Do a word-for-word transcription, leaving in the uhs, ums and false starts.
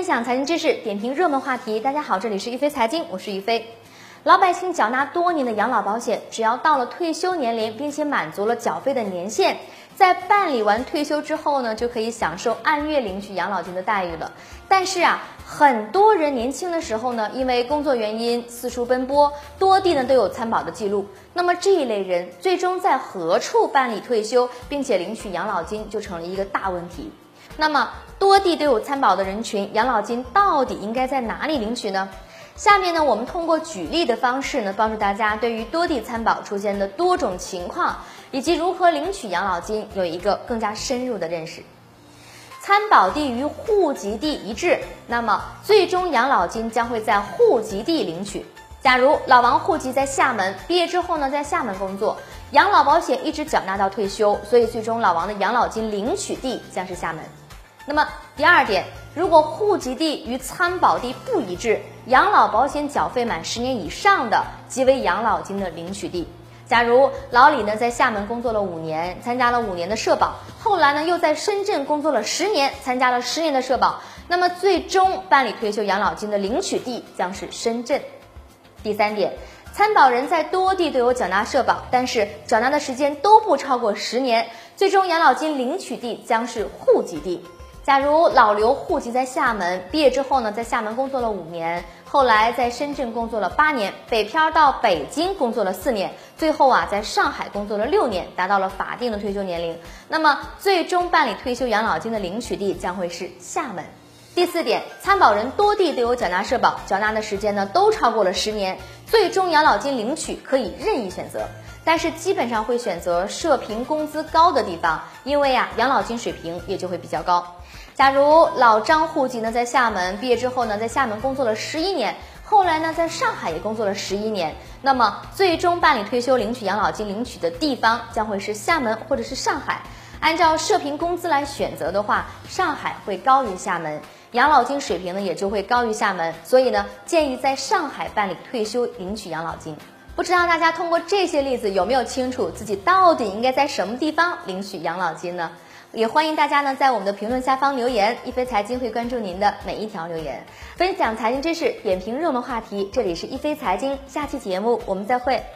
享财经知识，点评热门话题。大家好，这里是一飞财经，我是于飞。老百姓缴纳多年的养老保险，只要到了退休年龄，并且满足了缴费的年限，在办理完退休之后呢，就可以享受按月领取养老金的待遇了。但是啊，很多人年轻的时候呢，因为工作原因四处奔波，多地呢都有参保的记录。那么这一类人最终在何处办理退休，并且领取养老金，就成了一个大问题。那么多地都有参保的人群，养老金到底应该在哪里领取呢？下面呢，我们通过举例的方式呢，帮助大家对于多地参保出现的多种情况，以及如何领取养老金有一个更加深入的认识。参保地与户籍地一致，那么最终养老金将会在户籍地领取。假如老王户籍在厦门，毕业之后呢，在厦门工作，养老保险一直缴纳到退休，所以最终老王的养老金领取地将是厦门。那么第二点，如果户籍地与参保地不一致，养老保险缴费满十年以上的，即为养老金的领取地。假如老李呢在厦门工作了五年，参加了五年的社保，后来呢又在深圳工作了十年，参加了十年的社保，那么最终办理退休养老金的领取地将是深圳。第三点，参保人在多地都有缴纳社保，但是缴纳的时间都不超过十年，最终养老金领取地将是户籍地。假如老刘户籍在厦门，毕业之后呢，在厦门工作了五年，后来在深圳工作了八年，北漂到北京工作了四年，最后啊在上海工作了六年，达到了法定的退休年龄。那么最终办理退休养老金的领取地将会是厦门。第四点，参保人多地都有缴纳社保，缴纳的时间呢都超过了十年，最终养老金领取可以任意选择。但是基本上会选择社平工资高的地方，因为啊养老金水平也就会比较高。假如老张户籍呢在厦门，毕业之后呢在厦门工作了十一年，后来呢在上海也工作了十一年，那么最终办理退休领取养老金领取的地方将会是厦门或者是上海。按照社平工资来选择的话，上海会高于厦门，养老金水平呢也就会高于厦门，所以呢建议在上海办理退休领取养老金。不知道大家通过这些例子有没有清楚自己到底应该在什么地方领取养老金呢？也欢迎大家呢在我们的评论下方留言，一飞财经会关注您的每一条留言，分享财经知识，点评热门话题。这里是一飞财经，下期节目我们再会。